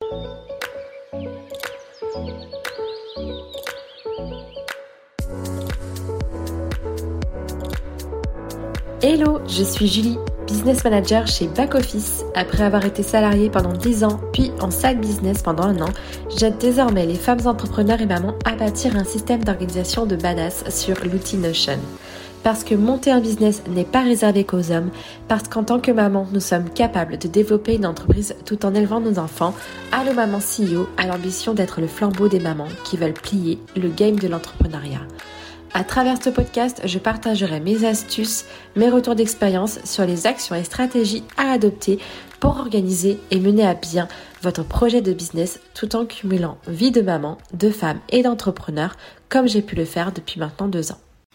Hello, je suis Julie, business manager chez Back Office. Après avoir été salariée pendant 10 ans, puis en side business pendant 1 an, j'aide désormais les femmes entrepreneurs et mamans à bâtir un système d'organisation de badass sur l'outil Notion. Parce que monter un business n'est pas réservé qu'aux hommes, parce qu'en tant que maman, nous sommes capables de développer une entreprise tout en élevant nos enfants, Allo Maman CEO a l'ambition d'être le flambeau des mamans qui veulent plier le game de l'entrepreneuriat. À travers ce podcast, je partagerai mes astuces, mes retours d'expérience sur les actions et stratégies à adopter pour organiser et mener à bien votre projet de business tout en cumulant vie de maman, de femme et d'entrepreneur comme j'ai pu le faire depuis maintenant 2 ans.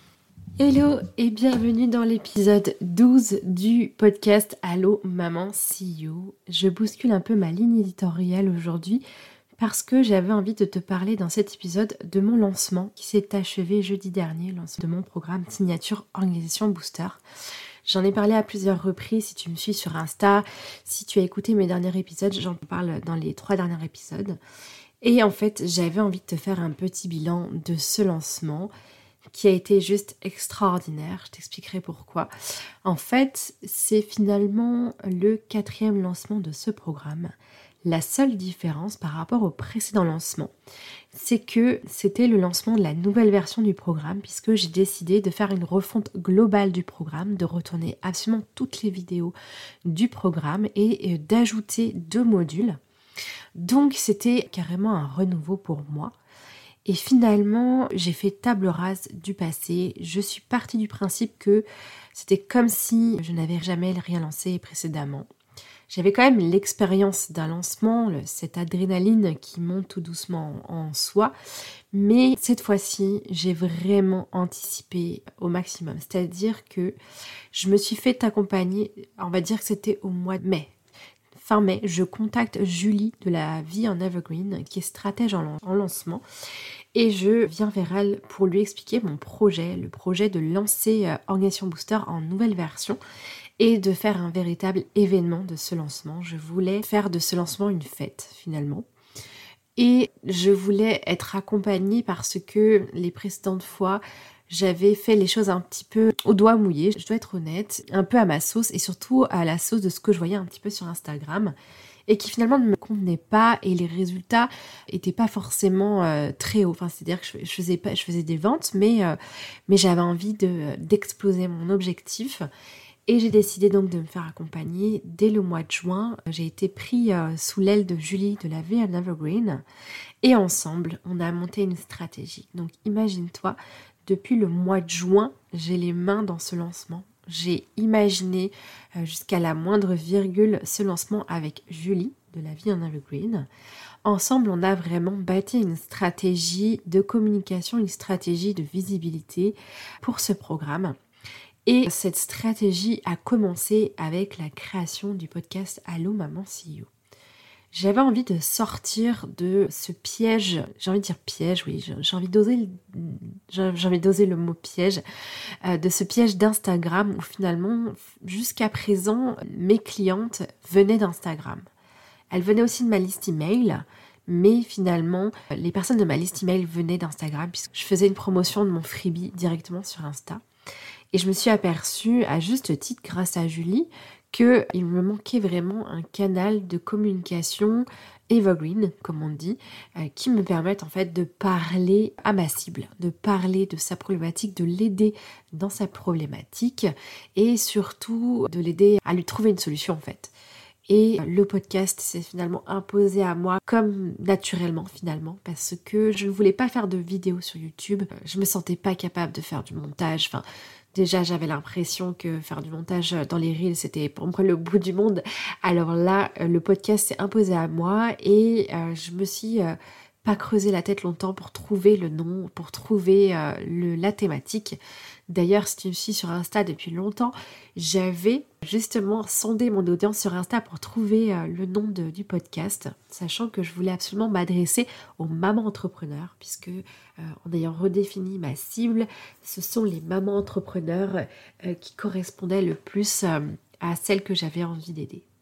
Hello et bienvenue dans l'épisode 12 du podcast Allo Maman CEO. Je bouscule un peu ma ligne éditoriale aujourd'hui parce que j'avais envie de te parler dans cet épisode de mon lancement qui s'est achevé jeudi dernier, lancement de mon programme Signature Organisation Booster. J'en ai parlé à plusieurs reprises, si tu me suis sur Insta, si tu as écouté mes derniers épisodes, j'en parle dans les 3 derniers épisodes. Et en fait, j'avais envie de te faire un petit bilan de ce lancement qui a été juste extraordinaire, je t'expliquerai pourquoi. En fait, c'est finalement le 4e lancement de ce programme. La seule différence par rapport au précédent lancement, c'est que c'était le lancement de la nouvelle version du programme puisque j'ai décidé de faire une refonte globale du programme, de retourner absolument toutes les vidéos du programme et d'ajouter 2 modules. Donc c'était carrément un renouveau pour moi. Et finalement, j'ai fait table rase du passé. Je suis partie du principe que c'était comme si je n'avais jamais rien lancé précédemment. J'avais quand même l'expérience d'un lancement, cette adrénaline qui monte tout doucement en soi, mais cette fois-ci, j'ai vraiment anticipé au maximum. C'est-à-dire que je me suis fait accompagner, on va dire que c'était au mois de mai. Fin mai, je contacte Julie de la vie en Evergreen, qui est stratège en lancement, et je viens vers elle pour lui expliquer mon projet, le projet de lancer Organisation Booster en nouvelle version, et de faire un véritable événement de ce lancement. Je voulais faire de ce lancement une fête finalement. Et je voulais être accompagnée parce que les précédentes fois, j'avais fait les choses un petit peu au doigt mouillé, je dois être honnête, un peu à ma sauce et surtout à la sauce de ce que je voyais un petit peu sur Instagram et qui finalement ne me convenait pas et les résultats étaient pas forcément très hauts. Enfin, c'est-à-dire que je faisais des ventes, mais j'avais envie d'exploser mon objectif. Et j'ai décidé donc de me faire accompagner dès le mois de juin. J'ai été pris sous l'aile de Julie de la vie en Evergreen et ensemble, on a monté une stratégie. Donc imagine-toi, depuis le mois de juin, j'ai les mains dans ce lancement. J'ai imaginé jusqu'à la moindre virgule ce lancement avec Julie de la vie en Evergreen. Ensemble, on a vraiment bâti une stratégie de communication, une stratégie de visibilité pour ce programme. Et cette stratégie a commencé avec la création du podcast Allo Maman CEO. J'avais envie de sortir de ce piège, j'ai envie de dire piège, oui, j'ai envie d'oser le mot piège, de ce piège d'Instagram où finalement, jusqu'à présent, mes clientes venaient d'Instagram. Elles venaient aussi de ma liste email, mais finalement, les personnes de ma liste email venaient d'Instagram puisque je faisais une promotion de mon freebie directement sur Insta. Et je me suis aperçue, à juste titre, grâce à Julie, qu'il me manquait vraiment un canal de communication evergreen, comme on dit, qui me permette en fait de parler à ma cible, de parler de sa problématique, de l'aider dans sa problématique et surtout de l'aider à lui trouver une solution en fait. Et le podcast s'est finalement imposé à moi comme naturellement finalement parce que je ne voulais pas faire de vidéos sur YouTube. Je me sentais pas capable de faire du montage. Enfin, déjà j'avais l'impression que faire du montage dans les reels c'était pour moi le bout du monde. Alors là, le podcast s'est imposé à moi et je me suis pas creusé la tête longtemps pour trouver le nom, pour trouver la thématique. D'ailleurs, si tu me suis sur Insta depuis longtemps, j'avais justement sondé mon audience sur Insta pour trouver le nom du podcast, sachant que je voulais absolument m'adresser aux mamans entrepreneurs, puisque en ayant redéfini ma cible, ce sont les mamans entrepreneurs qui correspondaient le plus à celles que j'avais envie d'aider.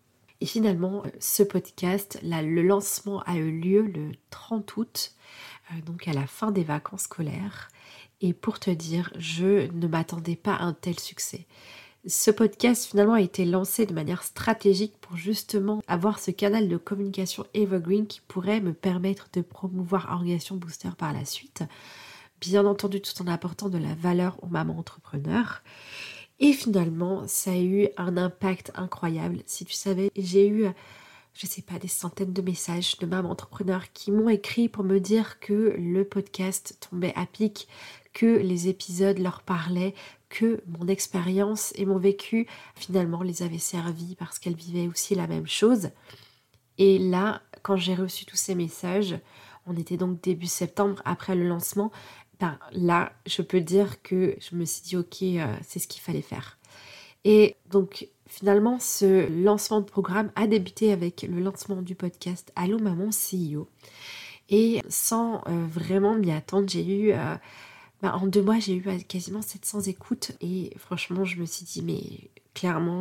Et finalement, ce podcast, là, le lancement a eu lieu le 30 août, donc à la fin des vacances scolaires. Et pour te dire, je ne m'attendais pas à un tel succès. Ce podcast finalement a été lancé de manière stratégique pour justement avoir ce canal de communication evergreen qui pourrait me permettre de promouvoir Organisation Booster par la suite. Bien entendu, tout en apportant de la valeur aux mamans entrepreneurs. Et finalement, ça a eu un impact incroyable. Si tu savais, j'ai eu, je sais pas, des centaines de messages de mamans entrepreneurs qui m'ont écrit pour me dire que le podcast tombait à pic, que les épisodes leur parlaient, que mon expérience et mon vécu finalement les avaient servis parce qu'elles vivaient aussi la même chose. Et là, quand j'ai reçu tous ces messages, on était donc début septembre après le lancement, là, je peux dire que je me suis dit ok, c'est ce qu'il fallait faire. Et donc finalement, ce lancement de programme a débuté avec le lancement du podcast Allô Maman CEO. Et sans vraiment m'y attendre, j'ai eu... en 2 mois, j'ai eu quasiment 700 écoutes et franchement, je me suis dit, mais clairement,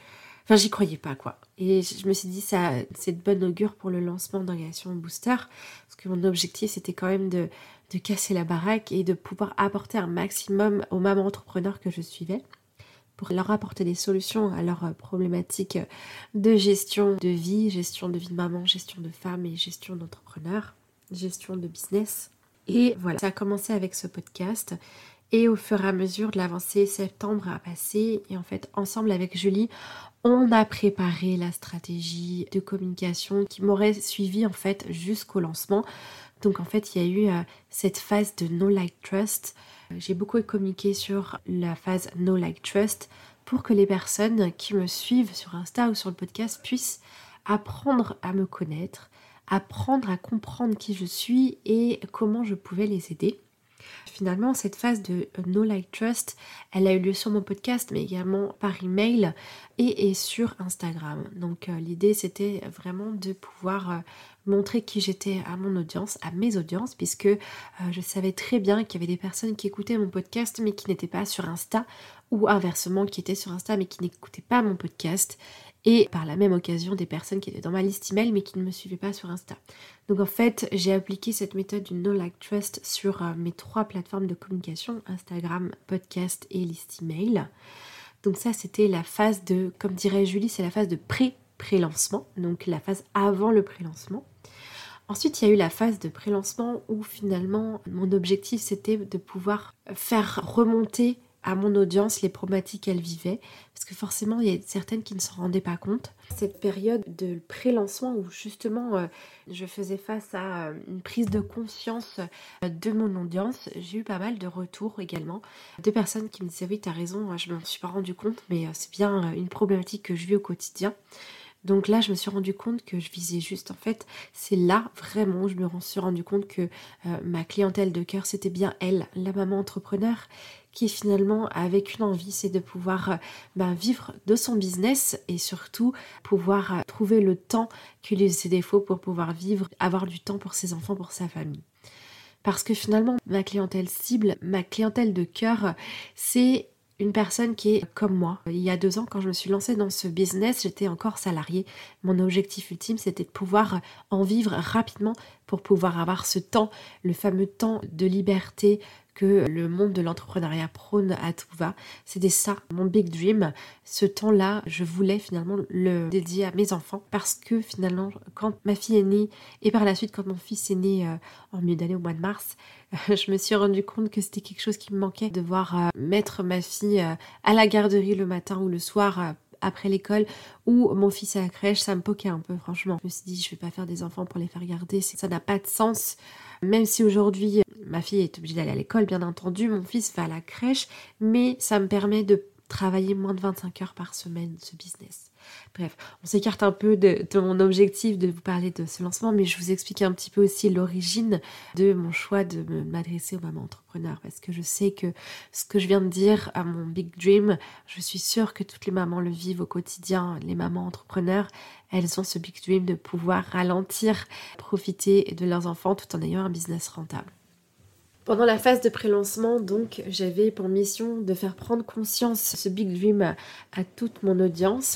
j'y croyais pas, quoi. Et je me suis dit, ça, c'est de bonne augure pour le lancement d'Organisation Booster, parce que mon objectif, c'était quand même de casser la baraque et de pouvoir apporter un maximum aux mamans entrepreneurs que je suivais, pour leur apporter des solutions à leurs problématiques de gestion de vie de maman, gestion de femme et gestion d'entrepreneur, gestion de business. Et voilà, ça a commencé avec ce podcast et au fur et à mesure de l'avancée, septembre a passé et en fait ensemble avec Julie, on a préparé la stratégie de communication qui m'aurait suivi en fait jusqu'au lancement. Donc en fait il y a eu cette phase de No Like Trust. J'ai beaucoup communiqué sur la phase No Like Trust pour que les personnes qui me suivent sur Insta ou sur le podcast puissent apprendre à me connaître, apprendre à comprendre qui je suis et comment je pouvais les aider. Finalement, cette phase de No Like Trust, elle a eu lieu sur mon podcast, mais également par email et sur Instagram. Donc l'idée, c'était vraiment de pouvoir montrer qui j'étais à mon audience, à mes audiences, puisque je savais très bien qu'il y avait des personnes qui écoutaient mon podcast, mais qui n'étaient pas sur Insta, ou inversement, qui étaient sur Insta, mais qui n'écoutaient pas mon podcast. Et par la même occasion, des personnes qui étaient dans ma liste email mais qui ne me suivaient pas sur Insta. Donc en fait, j'ai appliqué cette méthode du No Like Trust sur mes 3 plateformes de communication, Instagram, podcast et liste email. Donc ça, c'était la phase de, comme dirait Julie, c'est la phase de pré-lancement, donc la phase avant le pré-lancement. Ensuite, il y a eu la phase de pré-lancement où finalement, mon objectif, c'était de pouvoir faire remonter à mon audience les problématiques qu'elle vivait, parce que forcément il y a certaines qui ne s'en rendaient pas compte. Cette période de pré-lancement où justement je faisais face à une prise de conscience de mon audience, j'ai eu pas mal de retours également, de personnes qui me disaient oui t'as raison, je ne m'en suis pas rendu compte mais c'est bien une problématique que je vis au quotidien. Donc là, je me suis rendu compte que je visais juste. En fait, c'est là vraiment où je me suis rendu compte que ma clientèle de cœur, c'était bien elle, la maman entrepreneur, qui finalement avait qu'une envie, c'est de pouvoir vivre de son business et surtout pouvoir trouver le temps qui lui faisait défaut pour pouvoir vivre, avoir du temps pour ses enfants, pour sa famille. Parce que finalement, ma clientèle cible, ma clientèle de cœur, c'est une personne qui est comme moi. Il y a 2 ans, quand je me suis lancée dans ce business, j'étais encore salariée. Mon objectif ultime, c'était de pouvoir en vivre rapidement pour pouvoir avoir ce temps, le fameux temps de liberté que le monde de l'entrepreneuriat prône à tout va. C'était ça, mon big dream. Ce temps-là, je voulais finalement le dédier à mes enfants parce que finalement, quand ma fille est née et par la suite quand mon fils est né en milieu d'année au mois de mars, je me suis rendu compte que c'était quelque chose qui me manquait, de devoir mettre ma fille à la garderie le matin ou le soir après l'école ou mon fils à la crèche. Ça me poquait un peu, franchement. Je me suis dit, je vais pas faire des enfants pour les faire garder, ça n'a pas de sens. Même si aujourd'hui ma fille est obligée d'aller à l'école, bien entendu, mon fils va à la crèche, mais ça me permet de travailler moins de 25 heures par semaine, ce business. Bref, on s'écarte un peu de mon objectif de vous parler de ce lancement, mais je vous explique un petit peu aussi l'origine de mon choix de m'adresser aux mamans entrepreneurs, parce que je sais que ce que je viens de dire à mon big dream, je suis sûre que toutes les mamans le vivent au quotidien, les mamans entrepreneurs, elles ont ce big dream de pouvoir ralentir, profiter de leurs enfants tout en ayant un business rentable. Pendant la phase de pré-lancement, donc, j'avais pour mission de faire prendre conscience ce big dream à toute mon audience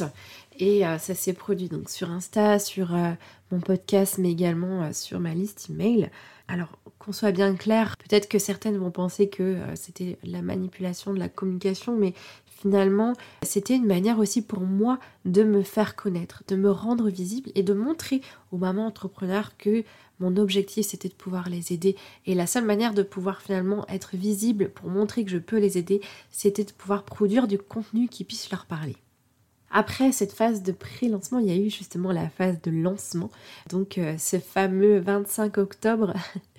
Et ça s'est produit donc sur Insta, sur mon podcast, mais également sur ma liste email. Alors, qu'on soit bien clair, peut-être que certaines vont penser que c'était la manipulation de la communication, mais finalement, c'était une manière aussi pour moi de me faire connaître, de me rendre visible et de montrer aux mamans entrepreneurs que mon objectif, c'était de pouvoir les aider. Et la seule manière de pouvoir finalement être visible pour montrer que je peux les aider, c'était de pouvoir produire du contenu qui puisse leur parler. Après cette phase de pré-lancement, il y a eu justement la phase de lancement. Donc ce fameux 25 octobre.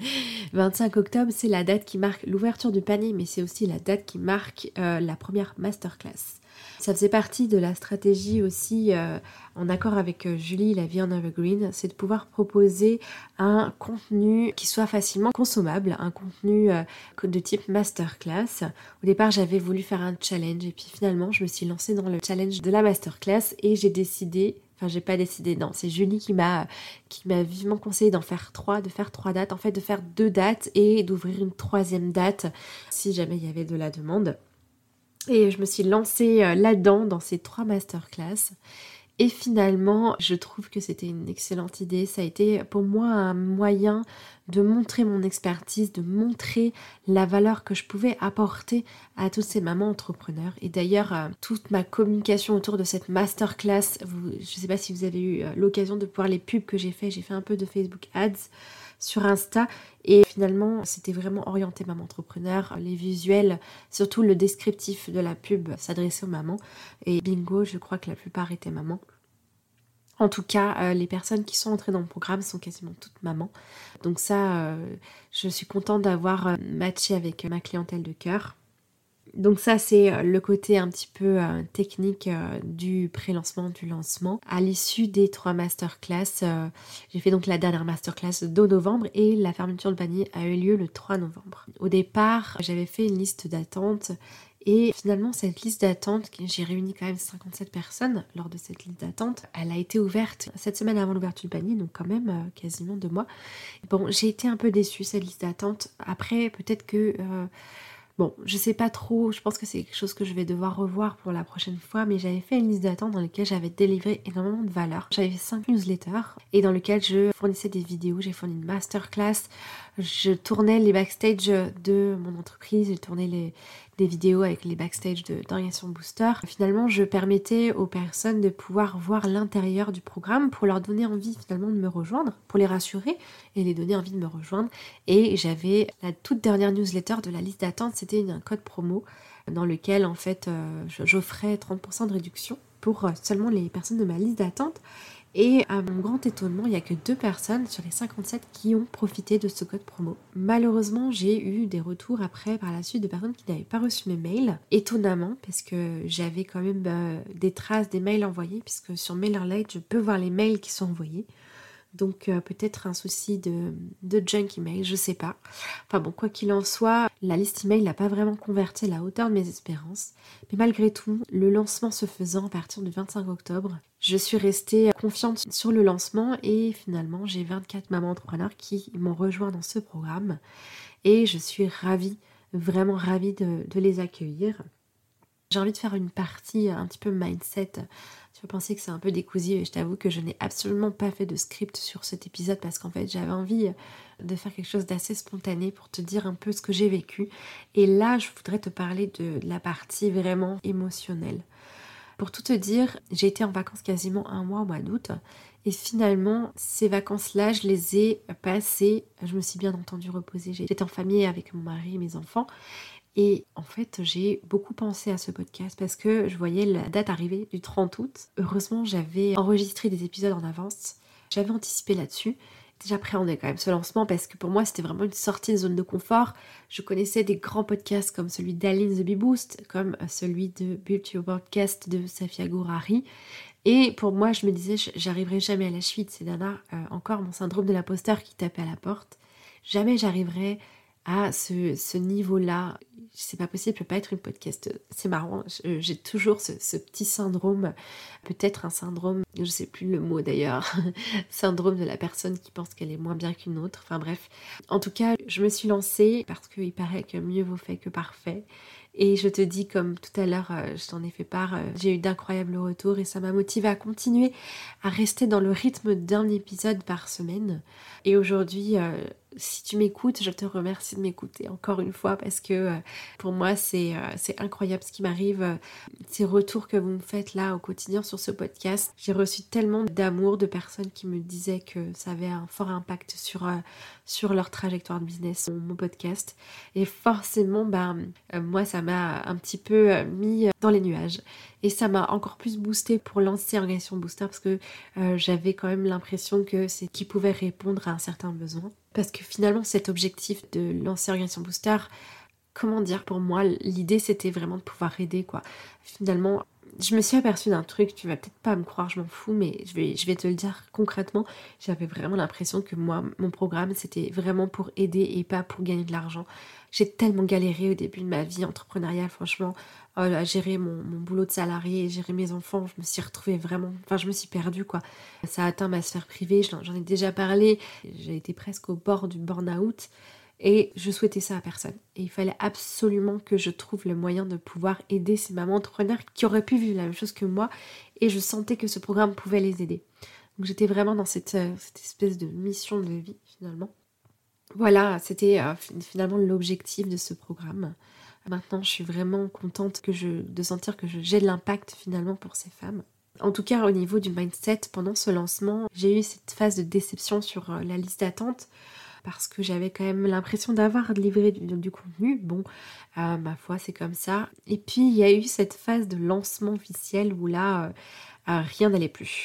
25 octobre, c'est la date qui marque l'ouverture du panier, mais c'est aussi la date qui marque la première masterclass. Ça faisait partie de la stratégie aussi, en accord avec Julie, la vie en Evergreen, c'est de pouvoir proposer un contenu qui soit facilement consommable, un contenu de type masterclass. Au départ, j'avais voulu faire un challenge et puis finalement, je me suis lancée dans le challenge de la masterclass et j'ai décidé... Enfin, j'ai pas décidé, non, c'est Julie qui m'a vivement conseillé de faire 3 dates, en fait de faire 2 dates et d'ouvrir une 3e date si jamais il y avait de la demande. Et je me suis lancée là-dedans, dans ces 3 masterclass. Et finalement, je trouve que c'était une excellente idée. Ça a été pour moi un moyen de montrer mon expertise, de montrer la valeur que je pouvais apporter à toutes ces mamans entrepreneurs. Et d'ailleurs, toute ma communication autour de cette masterclass, je ne sais pas si vous avez eu l'occasion de voir les pubs que j'ai fait un peu de Facebook Ads sur Insta et finalement c'était vraiment orienté maman entrepreneur, les visuels, surtout le descriptif de la pub s'adressait aux mamans et bingo, je crois que la plupart étaient mamans. En tout cas, les personnes qui sont entrées dans le programme sont quasiment toutes mamans. Donc ça, je suis contente d'avoir matché avec ma clientèle de cœur. Donc ça c'est le côté un petit peu technique du pré-lancement, du lancement. À l'issue des 3 masterclass, j'ai fait donc la dernière masterclass 2 novembre et la fermeture de panier a eu lieu le 3 novembre. Au départ, j'avais fait une liste d'attente et finalement cette liste d'attente, j'ai réuni quand même 57 personnes lors de cette liste d'attente, elle a été ouverte cette semaine avant l'ouverture du panier, donc quand même quasiment 2 mois. Bon, j'ai été un peu déçue cette liste d'attente. Après, peut-être que... Bon, je sais pas trop, je pense que c'est quelque chose que je vais devoir revoir pour la prochaine fois, mais j'avais fait une liste d'attente dans laquelle j'avais délivré énormément de valeur. J'avais fait 5 newsletters et dans lequel je fournissais des vidéos, j'ai fourni une masterclass, je tournais les backstage de mon entreprise, j'ai tourné des vidéos avec les backstage d'Organisation Booster. Finalement, je permettais aux personnes de pouvoir voir l'intérieur du programme pour leur donner envie finalement de me rejoindre, pour les rassurer et les donner envie de me rejoindre. Et j'avais la toute dernière newsletter de la liste d'attente, c'était un code promo dans lequel en fait j'offrais 30% de réduction pour seulement les personnes de ma liste d'attente. Et à mon grand étonnement, il n'y a que 2 personnes sur les 57 qui ont profité de ce code promo. Malheureusement, j'ai eu des retours après par la suite de personnes qui n'avaient pas reçu mes mails. Étonnamment, parce que j'avais quand même des traces des mails envoyés, puisque sur MailerLite, je peux voir les mails qui sont envoyés. Donc peut-être un souci de junk email, je sais pas. Enfin bon, quoi qu'il en soit, la liste email n'a pas vraiment converti à la hauteur de mes espérances. Mais malgré tout, le lancement se faisant à partir du 25 octobre, je suis restée confiante sur le lancement et finalement j'ai 24 mamans entrepreneurs qui m'ont rejoint dans ce programme. Et je suis ravie, vraiment ravie de les accueillir. J'ai envie de faire une partie un petit peu mindset. Tu peux penser que c'est un peu décousu et je t'avoue que je n'ai absolument pas fait de script sur cet épisode parce qu'en fait j'avais envie de faire quelque chose d'assez spontané pour te dire un peu ce que j'ai vécu. Et là je voudrais te parler de la partie vraiment émotionnelle. Pour tout te dire, j'ai été en vacances quasiment 1 mois au mois d'août et finalement ces vacances-là je les ai passées, je me suis bien entendu reposer. J'étais en famille avec mon mari et mes enfants. Et en fait, j'ai beaucoup pensé à ce podcast parce que je voyais la date arriver du 30 août. Heureusement, j'avais enregistré des épisodes en avance. J'avais anticipé là-dessus. J'appréhendais quand même ce lancement parce que pour moi, c'était vraiment une sortie de zone de confort. Je connaissais des grands podcasts comme celui d'Aline The Bee Boost, comme celui de Build Your Podcast de Safia Gourari. Et pour moi, je me disais, j'arriverai jamais à la suite. C'est encore mon syndrome de l'imposteur qui tapait à la porte. Jamais j'arriverai à ce niveau-là. C'est pas possible, je peux pas être une podcasteuse. C'est marrant, j'ai toujours ce petit syndrome, peut-être un syndrome, je sais plus le mot d'ailleurs, syndrome de la personne qui pense qu'elle est moins bien qu'une autre, enfin bref. En tout cas, je me suis lancée parce qu'il paraît que mieux vaut fait que parfait. Et je te dis, comme tout à l'heure, je t'en ai fait part, j'ai eu d'incroyables retours et ça m'a motivée à continuer à rester dans le rythme d'un épisode par semaine. Et aujourd'hui, si tu m'écoutes, je te remercie de m'écouter encore une fois parce que pour moi, c'est incroyable ce qui m'arrive. Ces retours que vous me faites là au quotidien sur ce podcast. J'ai reçu tellement d'amour de personnes qui me disaient que ça avait un fort impact sur leur trajectoire de business, mon podcast. Et forcément, moi, ça m'a un petit peu mis dans les nuages. Et ça m'a encore plus boosté pour lancer Organisation Booster parce que j'avais quand même l'impression que c'est qui pouvait répondre à un certain besoin. Parce que finalement, cet objectif de lancer Organisation Booster, comment dire, pour moi, l'idée c'était vraiment de pouvoir aider, quoi. Finalement, je me suis aperçue d'un truc, tu vas peut-être pas me croire, je m'en fous, mais je vais te le dire concrètement. J'avais vraiment l'impression que moi, mon programme, c'était vraiment pour aider et pas pour gagner de l'argent. J'ai tellement galéré au début de ma vie entrepreneuriale, franchement, à gérer mon boulot de salarié, gérer mes enfants, je me suis retrouvée vraiment, enfin je me suis perdue, quoi. Ça a atteint ma sphère privée, j'en ai déjà parlé, j'ai été presque au bord du burn-out. Et je souhaitais ça à personne. Et il fallait absolument que je trouve le moyen de pouvoir aider ces mamans entrepreneurs qui auraient pu vivre la même chose que moi. Et je sentais que ce programme pouvait les aider. Donc j'étais vraiment dans cette espèce de mission de vie finalement. Voilà, c'était finalement l'objectif de ce programme. Maintenant, je suis vraiment contente de sentir que j'ai de l'impact finalement pour ces femmes. En tout cas, au niveau du mindset, pendant ce lancement, j'ai eu cette phase de déception sur la liste d'attente parce que j'avais quand même l'impression d'avoir livré du contenu. Bon, ma foi, c'est comme ça. Et puis, il y a eu cette phase de lancement officiel où là, rien n'allait plus.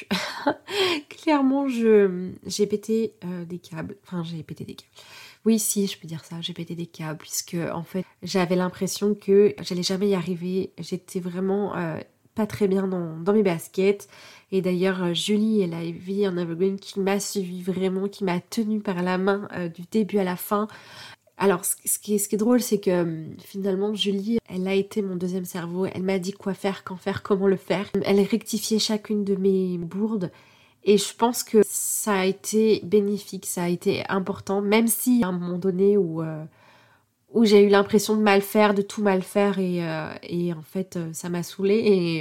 Clairement, j'ai pété des câbles. Enfin, j'ai pété des câbles. Oui, si, je peux dire ça, j'ai pété des câbles, puisque en fait, j'avais l'impression que j'allais jamais y arriver. J'étais vraiment pas très bien dans mes baskets. Et d'ailleurs, Julie, elle a vu un evergreen qui m'a suivi vraiment, qui m'a tenue par la main du début à la fin. Alors, ce qui est drôle, c'est que finalement, Julie, elle a été mon deuxième cerveau. Elle m'a dit quoi faire, quand faire, comment le faire. Elle a rectifié chacune de mes bourdes. Et je pense que ça a été bénéfique, ça a été important, même si à un moment donné où j'ai eu l'impression de mal faire, de tout mal faire, et en fait, ça m'a saoulée.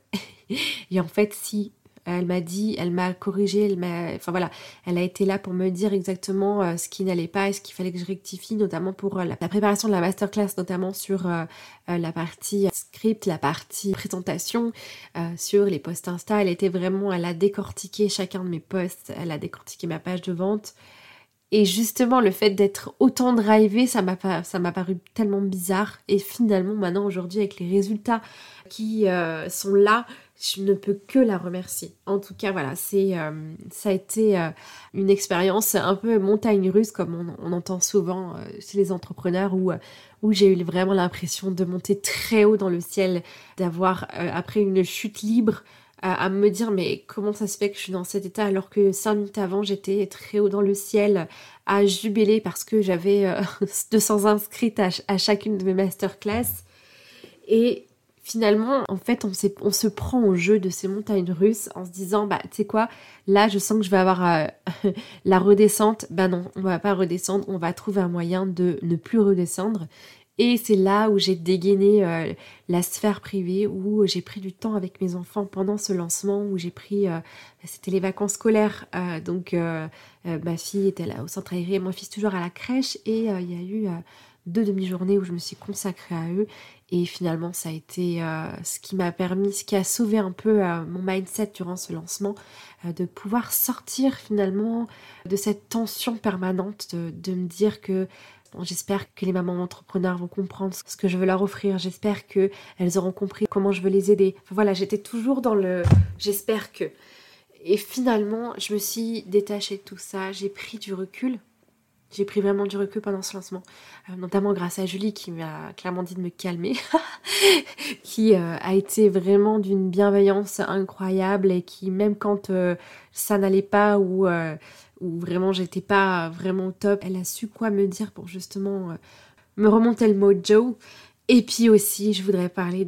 Et en fait, si, elle m'a dit, elle m'a corrigée, enfin voilà, elle a été là pour me dire exactement ce qui n'allait pas et ce qu'il fallait que je rectifie, notamment pour la préparation de la masterclass, notamment sur la partie script, la partie présentation, sur les posts Insta. Elle a décortiqué chacun de mes posts, elle a décortiqué ma page de vente. Et justement, le fait d'être autant drivée, ça m'a paru tellement bizarre. Et finalement, maintenant, aujourd'hui, avec les résultats qui sont là, je ne peux que la remercier. En tout cas, voilà, ça a été une expérience un peu montagne russe, comme on entend souvent chez les entrepreneurs, où j'ai eu vraiment l'impression de monter très haut dans le ciel, d'avoir, après une chute libre, à me dire mais comment ça se fait que je suis dans cet état alors que 5 minutes avant j'étais très haut dans le ciel à jubiler parce que j'avais 200 inscrites à chacune de mes masterclass. Et finalement en fait on se prend au jeu de ces montagnes russes en se disant tu sais quoi, là je sens que je vais avoir la redescente. Non, on va pas redescendre, on va trouver un moyen de ne plus redescendre. Et c'est là où j'ai dégainé la sphère privée, où j'ai pris du temps avec mes enfants pendant ce lancement, où j'ai pris, c'était les vacances scolaires, donc ma fille était là au centre aéré, mon fils toujours à la crèche, et il y a eu 2 demi-journées où je me suis consacrée à eux, et finalement ça a été ce qui a sauvé un peu mon mindset durant ce lancement, de pouvoir sortir finalement de cette tension permanente, de me dire que j'espère que les mamans entrepreneurs vont comprendre ce que je veux leur offrir. J'espère qu'elles auront compris comment je veux les aider. Enfin, voilà, j'étais toujours dans le « j'espère que ». Et finalement, je me suis détachée de tout ça. J'ai pris du recul. J'ai pris vraiment du recul pendant ce lancement. Notamment grâce à Julie qui m'a clairement dit de me calmer. qui a été vraiment d'une bienveillance incroyable et qui, même quand ça n'allait pas ou où vraiment j'étais pas vraiment au top. Elle a su quoi me dire pour justement me remonter le mojo. Et puis aussi, je voudrais parler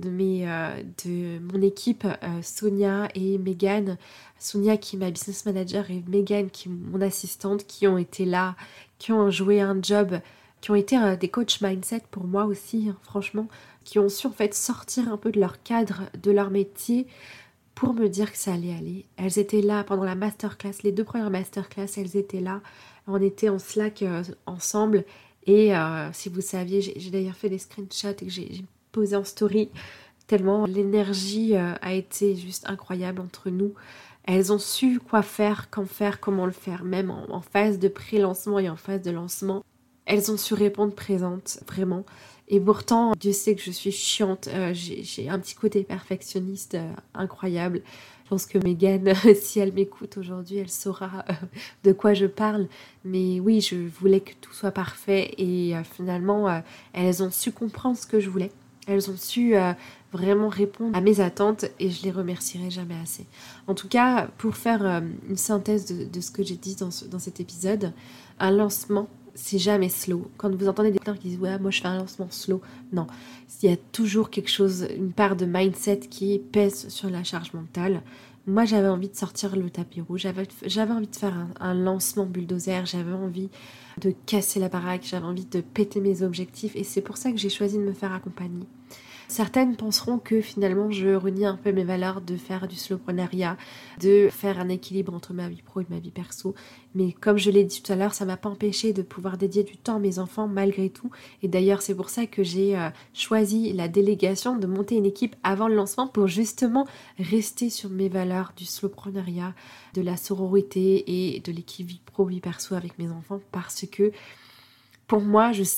de mon équipe, Sonia et Megan. Sonia qui est ma business manager et Megan qui est mon assistante, qui ont été là, qui ont joué un job, qui ont été des coachs mindset pour moi aussi, hein, franchement, qui ont su en fait sortir un peu de leur cadre, de leur métier, pour me dire que ça allait aller. Elles étaient là pendant la masterclass, les 2 premières masterclass, elles étaient là. On était en Slack ensemble. Et si vous saviez, j'ai d'ailleurs fait des screenshots et que j'ai posé en story, tellement l'énergie a été juste incroyable entre nous. Elles ont su quoi faire, quand faire, comment le faire, même en phase de pré-lancement et en phase de lancement. Elles ont su répondre présentes, vraiment. Et pourtant, Dieu sait que je suis chiante, j'ai un petit côté perfectionniste incroyable. Je pense que Megan, si elle m'écoute aujourd'hui, elle saura de quoi je parle. Mais oui, je voulais que tout soit parfait et finalement, elles ont su comprendre ce que je voulais. Elles ont su vraiment répondre à mes attentes et je les remercierai jamais assez. En tout cas, pour faire une synthèse de ce que j'ai dit dans cet épisode, un lancement, c'est jamais slow. Quand vous entendez des gens qui disent « Ouais, moi je fais un lancement slow », non. Il y a toujours quelque chose, une part de mindset qui pèse sur la charge mentale. Moi, j'avais envie de sortir le tapis rouge, j'avais envie de faire un lancement bulldozer, j'avais envie de casser la baraque, j'avais envie de péter mes objectifs et c'est pour ça que j'ai choisi de me faire accompagner. Certaines penseront que finalement je renie un peu mes valeurs de faire du slowpreneuriat, de faire un équilibre entre ma vie pro et ma vie perso. Mais comme je l'ai dit tout à l'heure, ça m'a pas empêché de pouvoir dédier du temps à mes enfants malgré tout. Et d'ailleurs, c'est pour ça que j'ai choisi la délégation de monter une équipe avant le lancement pour justement rester sur mes valeurs du slowpreneuriat, de la sororité et de l'équilibre vie pro, vie perso avec mes enfants parce que pour moi, je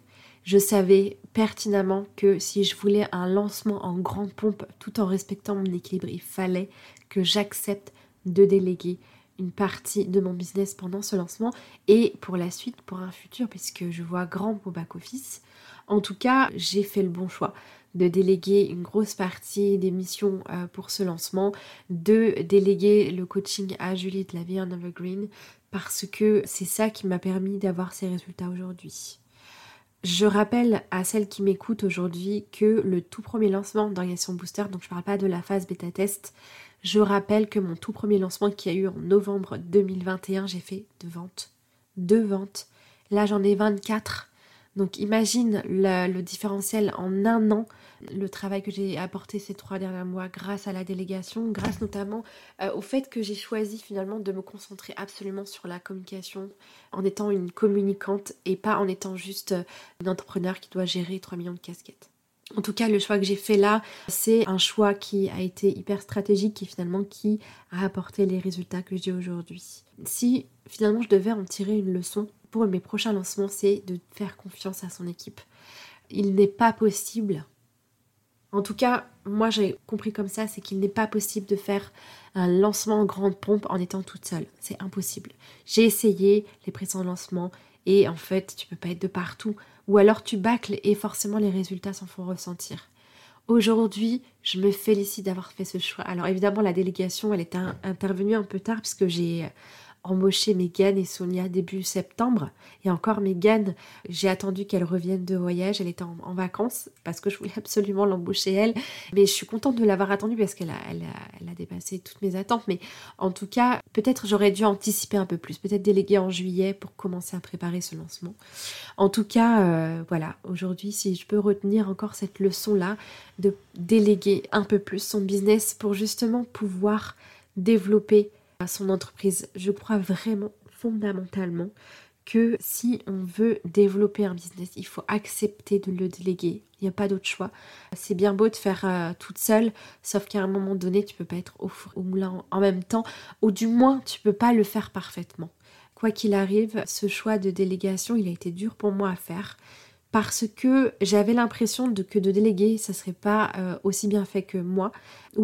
savais pertinemment que si je voulais un lancement en grande pompe tout en respectant mon équilibre, il fallait que j'accepte de déléguer une partie de mon business pendant ce lancement et pour la suite, pour un futur, puisque je vois grand pour back-office. En tout cas, j'ai fait le bon choix de déléguer une grosse partie des missions pour ce lancement, de déléguer le coaching à Julie de la vie en Evergreen, parce que c'est ça qui m'a permis d'avoir ces résultats aujourd'hui. Je rappelle à celles qui m'écoutent aujourd'hui que le tout premier lancement d'Organisation Booster, donc je ne parle pas de la phase bêta-test, je rappelle que mon tout premier lancement qui a eu en novembre 2021, j'ai fait 2 ventes. 2 ventes. Là, j'en ai 24. Donc imagine le différentiel en un an, le travail que j'ai apporté ces 3 derniers mois grâce à la délégation, grâce notamment au fait que j'ai choisi finalement de me concentrer absolument sur la communication en étant une communicante et pas en étant juste une entrepreneur qui doit gérer 3 millions de casquettes. En tout cas, le choix que j'ai fait là, c'est un choix qui a été hyper stratégique et finalement qui a apporté les résultats que j'ai aujourd'hui. Si finalement je devais en tirer une leçon pour mes prochains lancements, c'est de faire confiance à son équipe. Il n'est pas possible, en tout cas, moi j'ai compris comme ça, c'est qu'il n'est pas possible de faire un lancement en grande pompe en étant toute seule. C'est impossible. J'ai essayé les précédents lancements et en fait, tu peux pas être de partout. Ou alors tu bâcles et forcément les résultats s'en font ressentir. Aujourd'hui, je me félicite d'avoir fait ce choix. Alors évidemment, la délégation, elle est intervenue un peu tard puisque j'ai embauché Megan et Sonia début septembre. Et encore Megan, j'ai attendu qu'elle revienne de voyage. Elle était en vacances parce que je voulais absolument l'embaucher elle. Mais je suis contente de l'avoir attendue parce qu'elle a dépassé toutes mes attentes. Mais en tout cas, peut-être j'aurais dû anticiper un peu plus. Peut-être déléguer en juillet pour commencer à préparer ce lancement. En tout cas, voilà. Aujourd'hui, si je peux retenir encore cette leçon-là, de déléguer un peu plus son business pour justement pouvoir développer son entreprise. Je crois vraiment fondamentalement que si on veut développer un business, il faut accepter de le déléguer. Il n'y a pas d'autre choix. C'est bien beau de faire toute seule, sauf qu'à un moment donné, tu peux pas être au four au moulin en même temps, ou du moins, tu peux pas le faire parfaitement. Quoi qu'il arrive, ce choix de délégation, il a été dur pour moi à faire, parce que j'avais l'impression que de déléguer, ça serait pas aussi bien fait que moi. Oui,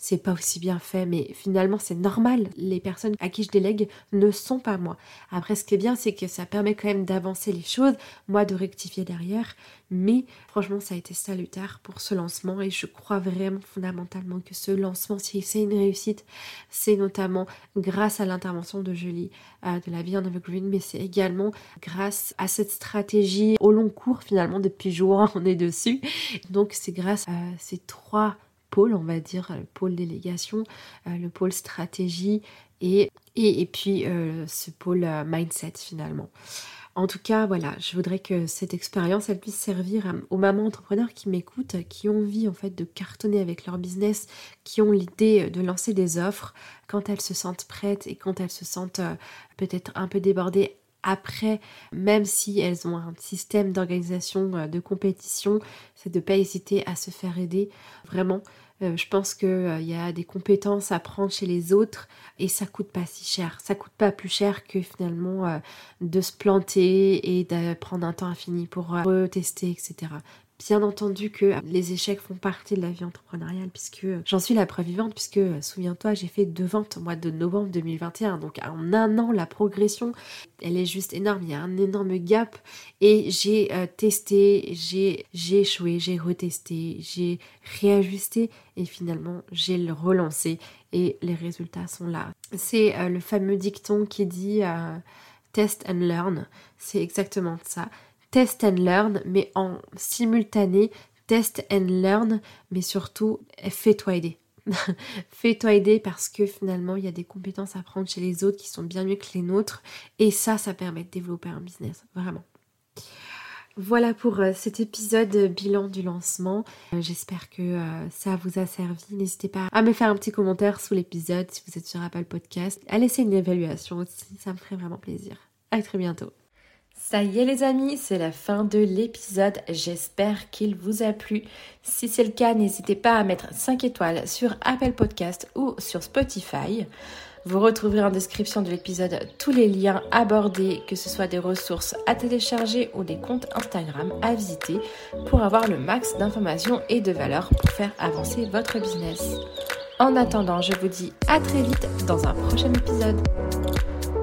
c'est pas aussi bien fait, mais finalement c'est normal. Les personnes à qui je délègue ne sont pas moi. Après, ce qui est bien, c'est que ça permet quand même d'avancer les choses, moi de rectifier derrière, mais franchement ça a été salutaire pour ce lancement et je crois vraiment fondamentalement que ce lancement, si c'est une réussite, c'est notamment grâce à l'intervention de Julie de la Beyond Evergreen, mais c'est également grâce à cette stratégie au long cours finalement, depuis juin on est dessus. Donc c'est grâce à ces 3 pôles, on va dire, le pôle délégation, le pôle stratégie et puis ce pôle mindset finalement. En tout cas, voilà, je voudrais que cette expérience, elle puisse servir aux mamans entrepreneurs qui m'écoutent, qui ont envie en fait de cartonner avec leur business, qui ont l'idée de lancer des offres quand elles se sentent prêtes et quand elles se sentent peut-être un peu débordées après, même si elles ont un système d'organisation de compétition, c'est de ne pas hésiter à se faire aider, vraiment. Je pense qu'il y a des compétences à prendre chez les autres et ça coûte pas si cher. Ça coûte pas plus cher que finalement de se planter et de prendre un temps infini pour retester, etc. Bien entendu que les échecs font partie de la vie entrepreneuriale puisque j'en suis la preuve vivante puisque, souviens-toi, j'ai fait 2 ventes au mois de novembre 2021. Donc en un an, la progression, elle est juste énorme. Il y a un énorme gap et j'ai testé, j'ai échoué, j'ai retesté, j'ai réajusté et finalement j'ai relancé et les résultats sont là. C'est le fameux dicton qui dit test and learn. C'est exactement ça. Test and learn, mais en simultané, test and learn, mais surtout, fais-toi aider. Fais-toi aider parce que finalement, il y a des compétences à prendre chez les autres qui sont bien mieux que les nôtres. Et ça permet de développer un business, vraiment. Voilà pour cet épisode bilan du lancement. J'espère que ça vous a servi. N'hésitez pas à me faire un petit commentaire sous l'épisode si vous êtes sur Apple Podcast. À laisser une évaluation aussi, ça me ferait vraiment plaisir. À très bientôt. Ça y est les amis, c'est la fin de l'épisode, j'espère qu'il vous a plu. Si c'est le cas, n'hésitez pas à mettre 5 étoiles sur Apple Podcast ou sur Spotify. Vous retrouverez en description de l'épisode tous les liens abordés, que ce soit des ressources à télécharger ou des comptes Instagram à visiter pour avoir le max d'informations et de valeur pour faire avancer votre business. En attendant, je vous dis à très vite dans un prochain épisode.